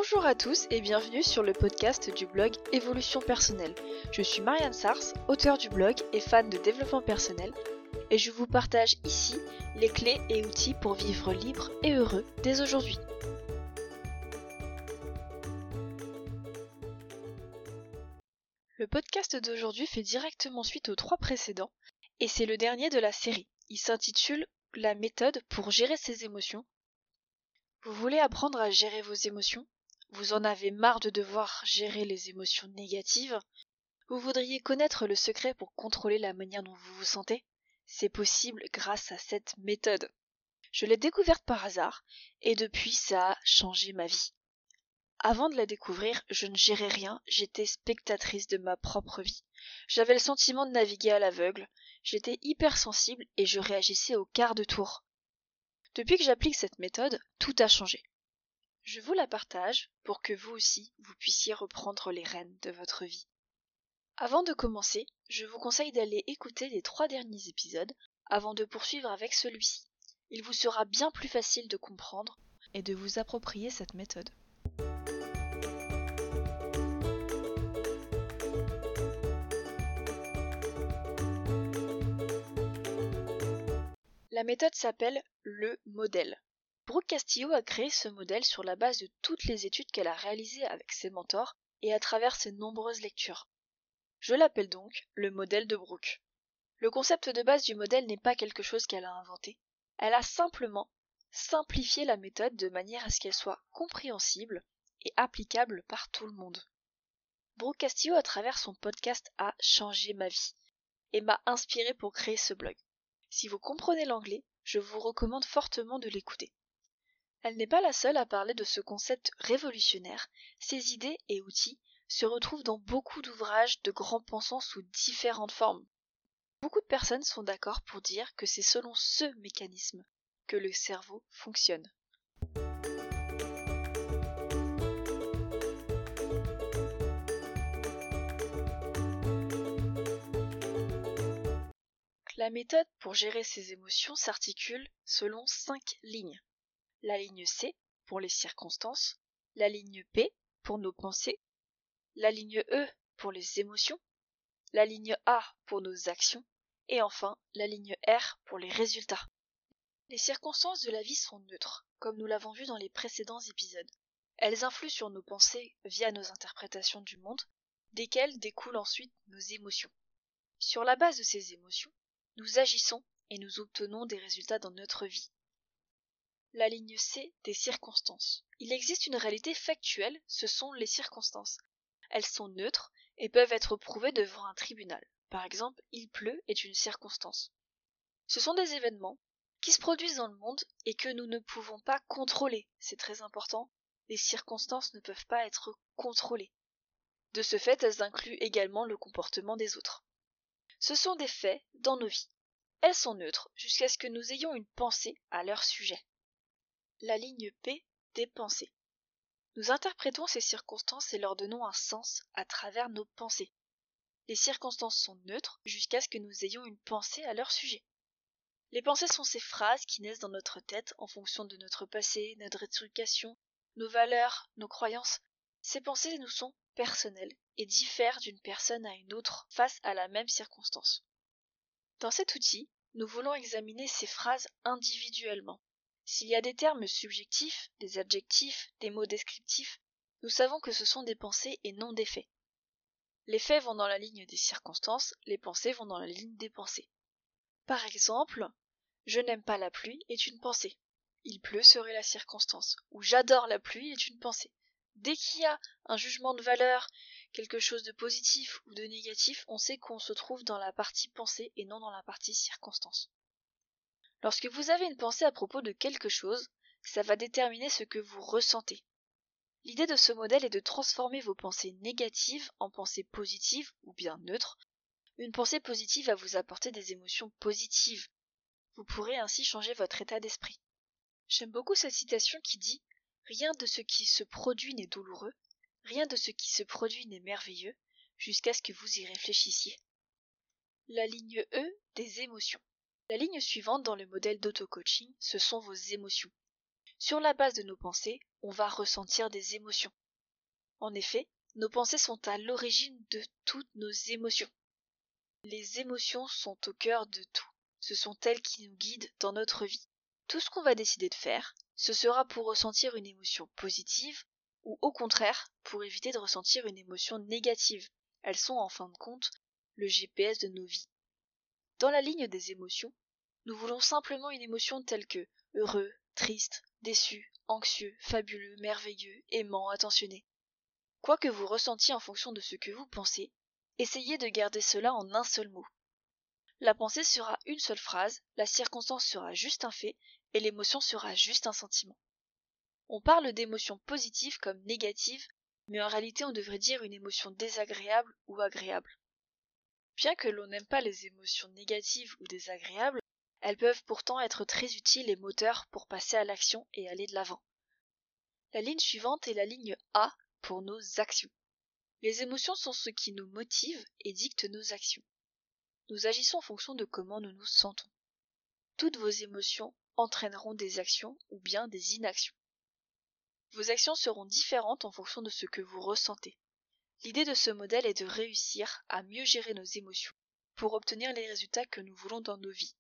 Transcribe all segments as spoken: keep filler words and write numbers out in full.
Bonjour à tous et bienvenue sur le podcast du blog Évolution Personnelle. Je suis Marianne Sars, auteure du blog et fan de développement personnel, et je vous partage ici les clés et outils pour vivre libre et heureux dès aujourd'hui. Le podcast d'aujourd'hui fait directement suite aux trois précédents, et c'est le dernier de la série. Il s'intitule « La méthode pour gérer ses émotions ». Vous voulez apprendre à gérer vos émotions ? Vous en avez marre de devoir gérer les émotions négatives ? Vous voudriez connaître le secret pour contrôler la manière dont vous vous sentez ? C'est possible grâce à cette méthode. Je l'ai découverte par hasard et depuis ça a changé ma vie. Avant de la découvrir, je ne gérais rien, j'étais spectatrice de ma propre vie. J'avais le sentiment de naviguer à l'aveugle, j'étais hypersensible et je réagissais au quart de tour. Depuis que j'applique cette méthode, tout a changé. Je vous la partage pour que vous aussi, vous puissiez reprendre les rênes de votre vie. Avant de commencer, je vous conseille d'aller écouter les trois derniers épisodes avant de poursuivre avec celui-ci. Il vous sera bien plus facile de comprendre et de vous approprier cette méthode. La méthode s'appelle le modèle. Brooke Castillo a créé ce modèle sur la base de toutes les études qu'elle a réalisées avec ses mentors et à travers ses nombreuses lectures. Je l'appelle donc le modèle de Brooke. Le concept de base du modèle n'est pas quelque chose qu'elle a inventé. Elle a simplement simplifié la méthode de manière à ce qu'elle soit compréhensible et applicable par tout le monde. Brooke Castillo, à travers son podcast, a changé ma vie et m'a inspiré pour créer ce blog. Si vous comprenez l'anglais, je vous recommande fortement de l'écouter. Elle n'est pas la seule à parler de ce concept révolutionnaire. Ses idées et outils se retrouvent dans beaucoup d'ouvrages de grands pensants sous différentes formes. Beaucoup de personnes sont d'accord pour dire que c'est selon ce mécanisme que le cerveau fonctionne. La méthode pour gérer ses émotions s'articule selon cinq lignes. La ligne C pour les circonstances, la ligne P pour nos pensées, la ligne E pour les émotions, la ligne A pour nos actions et enfin la ligne R pour les résultats. Les circonstances de la vie sont neutres, comme nous l'avons vu dans les précédents épisodes. Elles influent sur nos pensées via nos interprétations du monde, desquelles découlent ensuite nos émotions. Sur la base de ces émotions, nous agissons et nous obtenons des résultats dans notre vie. La ligne C des circonstances. Il existe une réalité factuelle, ce sont les circonstances. Elles sont neutres et peuvent être prouvées devant un tribunal. Par exemple, il pleut est une circonstance. Ce sont des événements qui se produisent dans le monde et que nous ne pouvons pas contrôler. C'est très important. Les circonstances ne peuvent pas être contrôlées. De ce fait, elles incluent également le comportement des autres. Ce sont des faits dans nos vies. Elles sont neutres jusqu'à ce que nous ayons une pensée à leur sujet. La ligne P des pensées. Nous interprétons ces circonstances et leur donnons un sens à travers nos pensées. Les circonstances sont neutres jusqu'à ce que nous ayons une pensée à leur sujet. Les pensées sont ces phrases qui naissent dans notre tête en fonction de notre passé, notre éducation, nos valeurs, nos croyances. Ces pensées nous sont personnelles et diffèrent d'une personne à une autre face à la même circonstance. Dans cet outil, nous voulons examiner ces phrases individuellement. S'il y a des termes subjectifs, des adjectifs, des mots descriptifs, nous savons que ce sont des pensées et non des faits. Les faits vont dans la ligne des circonstances, les pensées vont dans la ligne des pensées. Par exemple, « Je n'aime pas la pluie » est une pensée. « Il pleut » serait la circonstance. Ou « J'adore la pluie » est une pensée. Dès qu'il y a un jugement de valeur, quelque chose de positif ou de négatif, on sait qu'on se trouve dans la partie pensée et non dans la partie circonstance. Lorsque vous avez une pensée à propos de quelque chose, ça va déterminer ce que vous ressentez. L'idée de ce modèle est de transformer vos pensées négatives en pensées positives ou bien neutres. Une pensée positive va vous apporter des émotions positives. Vous pourrez ainsi changer votre état d'esprit. J'aime beaucoup cette citation qui dit « Rien de ce qui se produit n'est douloureux, rien de ce qui se produit n'est merveilleux, jusqu'à ce que vous y réfléchissiez. » La ligne E des émotions. La ligne suivante dans le modèle d'auto-coaching, ce sont vos émotions. Sur la base de nos pensées, on va ressentir des émotions. En effet, nos pensées sont à l'origine de toutes nos émotions. Les émotions sont au cœur de tout. Ce sont elles qui nous guident dans notre vie. Tout ce qu'on va décider de faire, ce sera pour ressentir une émotion positive ou au contraire pour éviter de ressentir une émotion négative. Elles sont en fin de compte le G P S de nos vies. Dans la ligne des émotions, nous voulons simplement une émotion telle que heureux, triste, déçu, anxieux, fabuleux, merveilleux, aimant, attentionné. Quoi que vous ressentiez en fonction de ce que vous pensez, essayez de garder cela en un seul mot. La pensée sera une seule phrase, la circonstance sera juste un fait, et l'émotion sera juste un sentiment. On parle d'émotions positives comme négatives, mais en réalité on devrait dire une émotion désagréable ou agréable. Bien que l'on n'aime pas les émotions négatives ou désagréables, elles peuvent pourtant être très utiles et moteurs pour passer à l'action et aller de l'avant. La ligne suivante est la ligne A pour nos actions. Les émotions sont ce qui nous motive et dicte nos actions. Nous agissons en fonction de comment nous nous sentons. Toutes vos émotions entraîneront des actions ou bien des inactions. Vos actions seront différentes en fonction de ce que vous ressentez. L'idée de ce modèle est de réussir à mieux gérer nos émotions pour obtenir les résultats que nous voulons dans nos vies.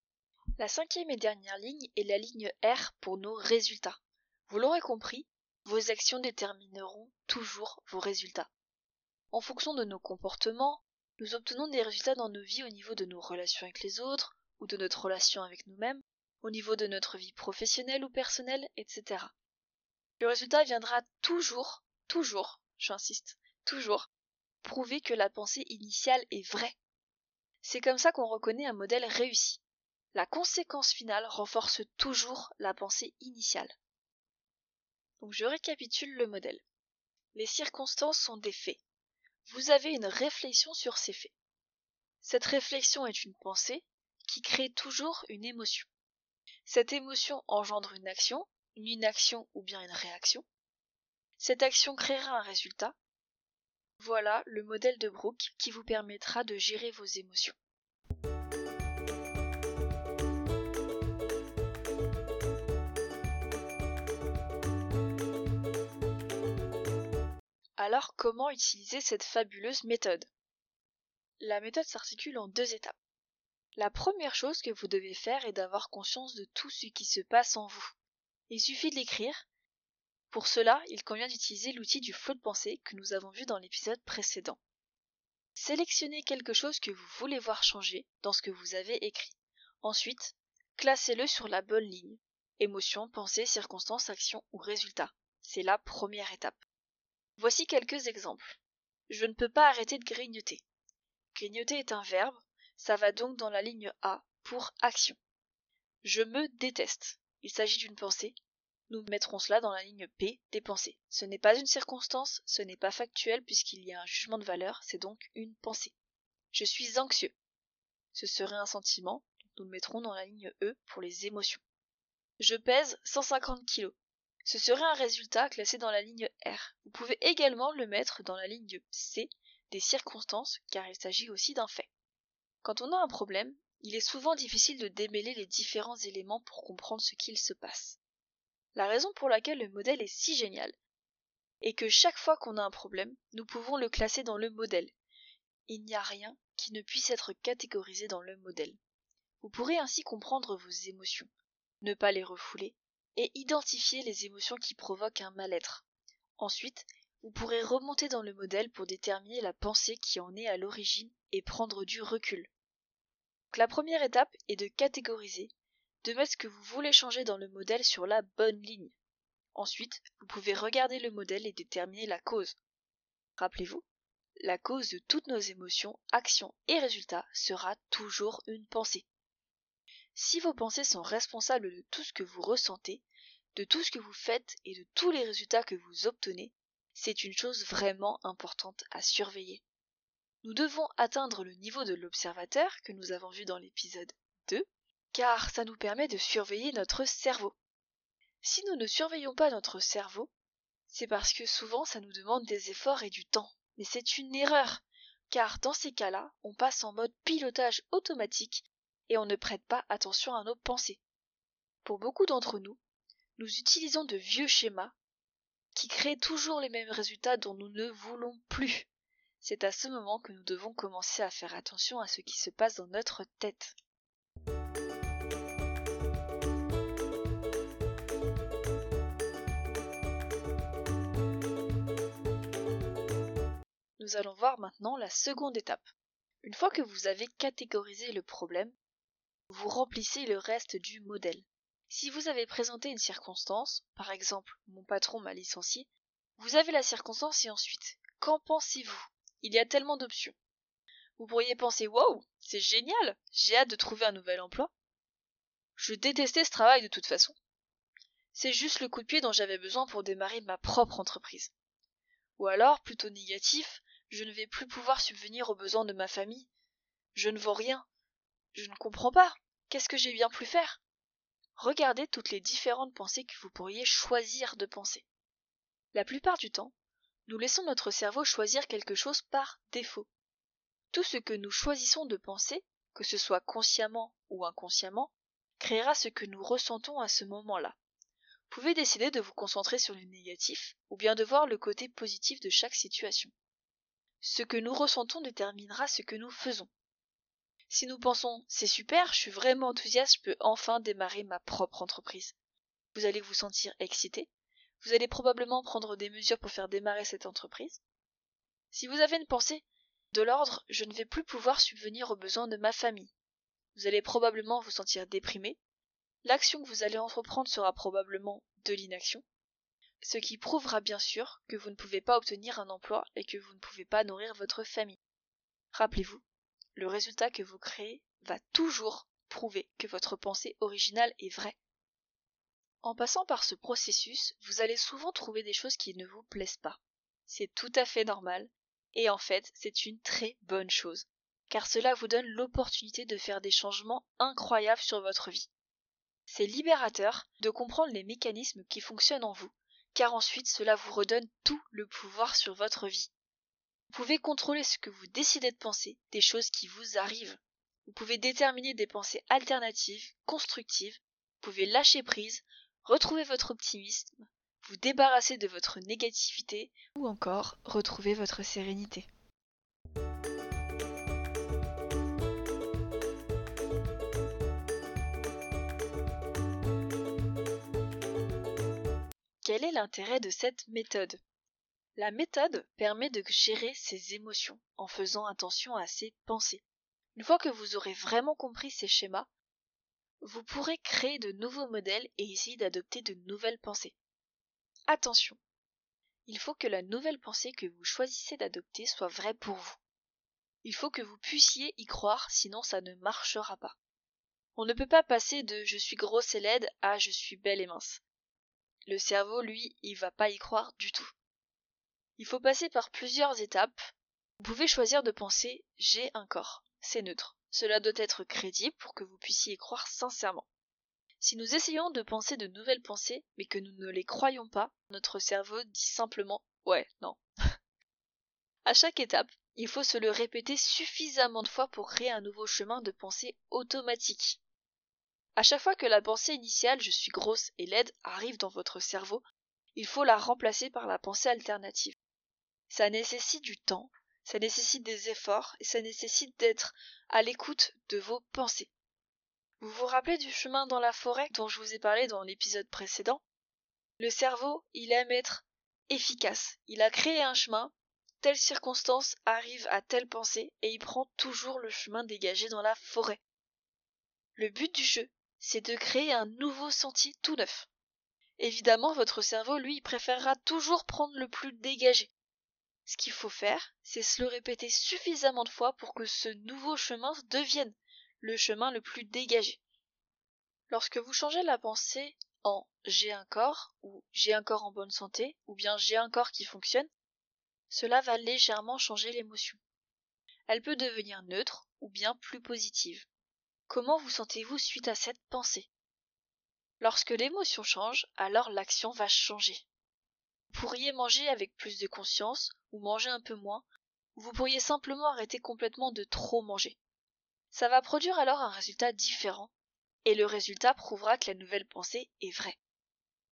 La cinquième et dernière ligne est la ligne R pour nos résultats. Vous l'aurez compris, vos actions détermineront toujours vos résultats. En fonction de nos comportements, nous obtenons des résultats dans nos vies au niveau de nos relations avec les autres, ou de notre relation avec nous-mêmes, au niveau de notre vie professionnelle ou personnelle, et cetera. Le résultat viendra toujours, toujours, j'insiste, toujours, prouver que la pensée initiale est vraie. C'est comme ça qu'on reconnaît un modèle réussi. La conséquence finale renforce toujours la pensée initiale. Donc je récapitule le modèle. Les circonstances sont des faits. Vous avez une réflexion sur ces faits. Cette réflexion est une pensée qui crée toujours une émotion. Cette émotion engendre une action, une inaction ou bien une réaction. Cette action créera un résultat. Voilà le modèle de Brooke qui vous permettra de gérer vos émotions. Alors comment utiliser cette fabuleuse méthode? La méthode s'articule en deux étapes. La première chose que vous devez faire est d'avoir conscience de tout ce qui se passe en vous. Il suffit de l'écrire. Pour cela, il convient d'utiliser l'outil du flot de pensée que nous avons vu dans l'épisode précédent. Sélectionnez quelque chose que vous voulez voir changer dans ce que vous avez écrit. Ensuite, classez-le sur la bonne ligne. Émotion, pensée, circonstance, action ou résultat. C'est la première étape. Voici quelques exemples. Je ne peux pas arrêter de grignoter. Grignoter est un verbe, ça va donc dans la ligne A pour action. Je me déteste. Il s'agit d'une pensée. Nous mettrons cela dans la ligne P des pensées. Ce n'est pas une circonstance, ce n'est pas factuel puisqu'il y a un jugement de valeur, c'est donc une pensée. Je suis anxieux. Ce serait un sentiment, donc nous le mettrons dans la ligne E pour les émotions. Je pèse cent cinquante kilos. Ce serait un résultat classé dans la ligne R. Vous pouvez également le mettre dans la ligne C des circonstances car il s'agit aussi d'un fait. Quand on a un problème, il est souvent difficile de démêler les différents éléments pour comprendre ce qu'il se passe. La raison pour laquelle le modèle est si génial est que chaque fois qu'on a un problème, nous pouvons le classer dans le modèle. Il n'y a rien qui ne puisse être catégorisé dans le modèle. Vous pourrez ainsi comprendre vos émotions, ne pas les refouler, et identifier les émotions qui provoquent un mal-être. Ensuite, vous pourrez remonter dans le modèle pour déterminer la pensée qui en est à l'origine et prendre du recul. Donc, la première étape est de catégoriser, de mettre ce que vous voulez changer dans le modèle sur la bonne ligne. Ensuite, vous pouvez regarder le modèle et déterminer la cause. Rappelez-vous, la cause de toutes nos émotions, actions et résultats sera toujours une pensée. Si vos pensées sont responsables de tout ce que vous ressentez, de tout ce que vous faites et de tous les résultats que vous obtenez, c'est une chose vraiment importante à surveiller. Nous devons atteindre le niveau de l'observateur que nous avons vu dans l'épisode deux, car ça nous permet de surveiller notre cerveau. Si nous ne surveillons pas notre cerveau, c'est parce que souvent ça nous demande des efforts et du temps. Mais c'est une erreur, car dans ces cas-là, on passe en mode pilotage automatique et on ne prête pas attention à nos pensées. Pour beaucoup d'entre nous, Nous utilisons de vieux schémas qui créent toujours les mêmes résultats dont nous ne voulons plus. C'est à ce moment que nous devons commencer à faire attention à ce qui se passe dans notre tête. Nous allons voir maintenant la seconde étape. Une fois que vous avez catégorisé le problème, vous remplissez le reste du modèle. Si vous avez présenté une circonstance, par exemple « mon patron m'a licencié », vous avez la circonstance et ensuite « qu'en pensez-vous » Il y a tellement d'options. Vous pourriez penser « wow, c'est génial, j'ai hâte de trouver un nouvel emploi. Je détestais ce travail de toute façon. C'est juste le coup de pied dont j'avais besoin pour démarrer ma propre entreprise. » Ou alors, plutôt négatif, « je ne vais plus pouvoir subvenir aux besoins de ma famille. Je ne vaux rien. Je ne comprends pas. Qu'est-ce que j'ai bien pu faire ?» Regardez toutes les différentes pensées que vous pourriez choisir de penser. La plupart du temps, nous laissons notre cerveau choisir quelque chose par défaut. Tout ce que nous choisissons de penser, que ce soit consciemment ou inconsciemment, créera ce que nous ressentons à ce moment-là. Vous pouvez décider de vous concentrer sur le négatif ou bien de voir le côté positif de chaque situation. Ce que nous ressentons déterminera ce que nous faisons. Si nous pensons « c'est super, je suis vraiment enthousiaste, je peux enfin démarrer ma propre entreprise », vous allez vous sentir excité, vous allez probablement prendre des mesures pour faire démarrer cette entreprise. Si vous avez une pensée de l'ordre « je ne vais plus pouvoir subvenir aux besoins de ma famille », vous allez probablement vous sentir déprimé, l'action que vous allez entreprendre sera probablement de l'inaction, ce qui prouvera bien sûr que vous ne pouvez pas obtenir un emploi et que vous ne pouvez pas nourrir votre famille. Rappelez-vous, le résultat que vous créez va toujours prouver que votre pensée originale est vraie. En passant par ce processus, vous allez souvent trouver des choses qui ne vous plaisent pas. C'est tout à fait normal, et en fait, c'est une très bonne chose, car cela vous donne l'opportunité de faire des changements incroyables sur votre vie. C'est libérateur de comprendre les mécanismes qui fonctionnent en vous, car ensuite cela vous redonne tout le pouvoir sur votre vie. Vous pouvez contrôler ce que vous décidez de penser, des choses qui vous arrivent. Vous pouvez déterminer des pensées alternatives, constructives. Vous pouvez lâcher prise, retrouver votre optimisme, vous débarrasser de votre négativité ou encore retrouver votre sérénité. Quel est l'intérêt de cette méthode ? La méthode permet de gérer ses émotions en faisant attention à ses pensées. Une fois que vous aurez vraiment compris ces schémas, vous pourrez créer de nouveaux modèles et essayer d'adopter de nouvelles pensées. Attention, il faut que la nouvelle pensée que vous choisissez d'adopter soit vraie pour vous. Il faut que vous puissiez y croire, sinon ça ne marchera pas. On ne peut pas passer de « je suis grosse et laide » à « je suis belle et mince ». Le cerveau, lui, il va pas y croire du tout. Il faut passer par plusieurs étapes. Vous pouvez choisir de penser « j'ai un corps ». C'est neutre. Cela doit être crédible pour que vous puissiez y croire sincèrement. Si nous essayons de penser de nouvelles pensées, mais que nous ne les croyons pas, notre cerveau dit simplement « ouais, non ». À chaque étape, il faut se le répéter suffisamment de fois pour créer un nouveau chemin de pensée automatique. À chaque fois que la pensée initiale « je suis grosse et laide » arrive dans votre cerveau, il faut la remplacer par la pensée alternative. Ça nécessite du temps, ça nécessite des efforts et ça nécessite d'être à l'écoute de vos pensées. Vous vous rappelez du chemin dans la forêt dont je vous ai parlé dans l'épisode précédent ? Le cerveau, il aime être efficace. Il a créé un chemin, telle circonstance arrive à telle pensée et il prend toujours le chemin dégagé dans la forêt. Le but du jeu, c'est de créer un nouveau sentier tout neuf. Évidemment, votre cerveau, lui, il préférera toujours prendre le plus dégagé. Ce qu'il faut faire, c'est se le répéter suffisamment de fois pour que ce nouveau chemin devienne le chemin le plus dégagé. Lorsque vous changez la pensée en « j'ai un corps » ou « j'ai un corps en bonne santé » ou bien « j'ai un corps qui fonctionne », cela va légèrement changer l'émotion. Elle peut devenir neutre ou bien plus positive. Comment vous sentez-vous suite à cette pensée ? Lorsque l'émotion change, alors l'action va changer. Vous pourriez manger avec plus de conscience ou manger un peu moins, ou vous pourriez simplement arrêter complètement de trop manger. Ça va produire alors un résultat différent, et le résultat prouvera que la nouvelle pensée est vraie.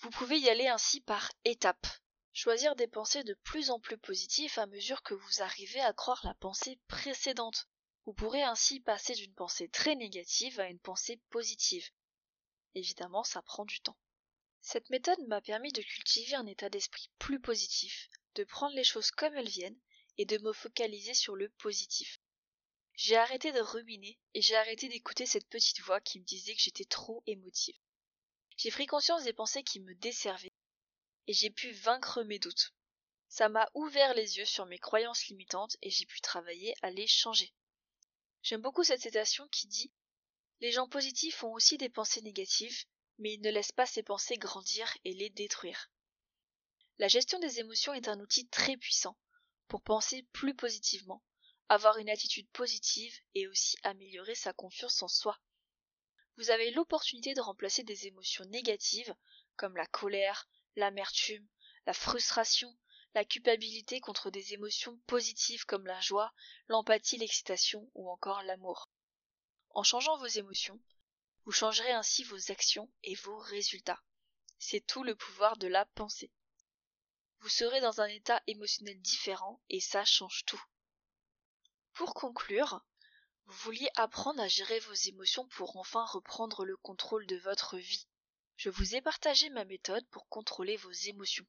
Vous pouvez y aller ainsi par étapes. Choisir des pensées de plus en plus positives à mesure que vous arrivez à croire la pensée précédente. Vous pourrez ainsi passer d'une pensée très négative à une pensée positive. Évidemment, ça prend du temps. Cette méthode m'a permis de cultiver un état d'esprit plus positif, de prendre les choses comme elles viennent et de me focaliser sur le positif. J'ai arrêté de ruminer et j'ai arrêté d'écouter cette petite voix qui me disait que j'étais trop émotive. J'ai pris conscience des pensées qui me desservaient et j'ai pu vaincre mes doutes. Ça m'a ouvert les yeux sur mes croyances limitantes et j'ai pu travailler à les changer. J'aime beaucoup cette citation qui dit « Les gens positifs ont aussi des pensées négatives, mais ils ne laissent pas ces pensées grandir et les détruire. » La gestion des émotions est un outil très puissant pour penser plus positivement, avoir une attitude positive et aussi améliorer sa confiance en soi. Vous avez l'opportunité de remplacer des émotions négatives comme la colère, l'amertume, la frustration, la culpabilité contre des émotions positives comme la joie, l'empathie, l'excitation ou encore l'amour. En changeant vos émotions, vous changerez ainsi vos actions et vos résultats. C'est tout le pouvoir de la pensée. Vous serez dans un état émotionnel différent et ça change tout. Pour conclure, vous vouliez apprendre à gérer vos émotions pour enfin reprendre le contrôle de votre vie. Je vous ai partagé ma méthode pour contrôler vos émotions.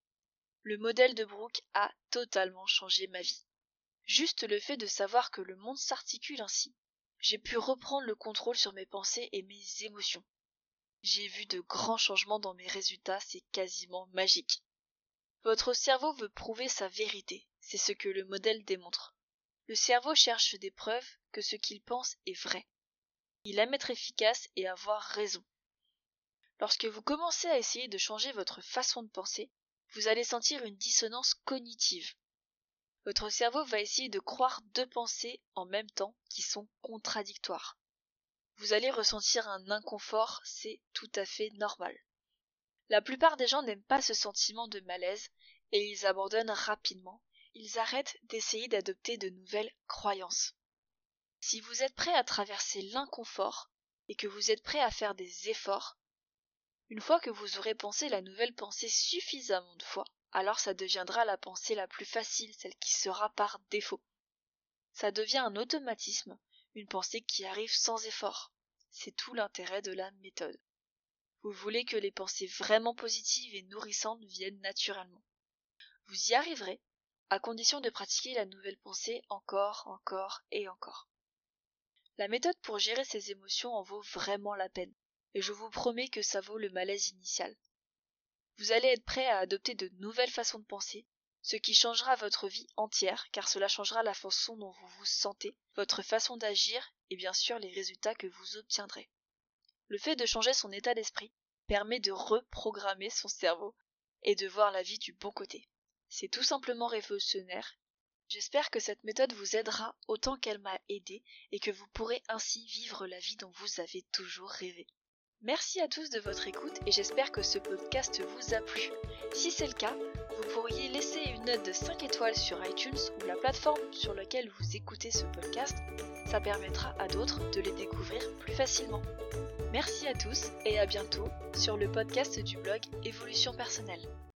Le modèle de Brooke a totalement changé ma vie. Juste le fait de savoir que le monde s'articule ainsi, j'ai pu reprendre le contrôle sur mes pensées et mes émotions. J'ai vu de grands changements dans mes résultats, c'est quasiment magique. Votre cerveau veut prouver sa vérité, c'est ce que le modèle démontre. Le cerveau cherche des preuves que ce qu'il pense est vrai. Il aime être efficace et avoir raison. Lorsque vous commencez à essayer de changer votre façon de penser, vous allez sentir une dissonance cognitive. Votre cerveau va essayer de croire deux pensées en même temps qui sont contradictoires. Vous allez ressentir un inconfort, c'est tout à fait normal. La plupart des gens n'aiment pas ce sentiment de malaise et ils abandonnent rapidement. Ils arrêtent d'essayer d'adopter de nouvelles croyances. Si vous êtes prêt à traverser l'inconfort et que vous êtes prêt à faire des efforts, une fois que vous aurez pensé la nouvelle pensée suffisamment de fois, alors ça deviendra la pensée la plus facile, celle qui sera par défaut. Ça devient un automatisme, une pensée qui arrive sans effort. C'est tout l'intérêt de la méthode. Vous voulez que les pensées vraiment positives et nourrissantes viennent naturellement. Vous y arriverez, à condition de pratiquer la nouvelle pensée encore, encore et encore. La méthode pour gérer ses émotions en vaut vraiment la peine, et je vous promets que ça vaut le malaise initial. Vous allez être prêt à adopter de nouvelles façons de penser, ce qui changera votre vie entière, car cela changera la façon dont vous vous sentez, votre façon d'agir et bien sûr les résultats que vous obtiendrez. Le fait de changer son état d'esprit permet de reprogrammer son cerveau et de voir la vie du bon côté. C'est tout simplement révolutionnaire. J'espère que cette méthode vous aidera autant qu'elle m'a aidé et que vous pourrez ainsi vivre la vie dont vous avez toujours rêvé. Merci à tous de votre écoute et j'espère que ce podcast vous a plu. Si c'est le cas, vous pourriez laisser une note de cinq étoiles sur iTunes ou la plateforme sur laquelle vous écoutez ce podcast. Ça permettra à d'autres de les découvrir plus facilement. Merci à tous et à bientôt sur le podcast du blog Évolution Personnelle.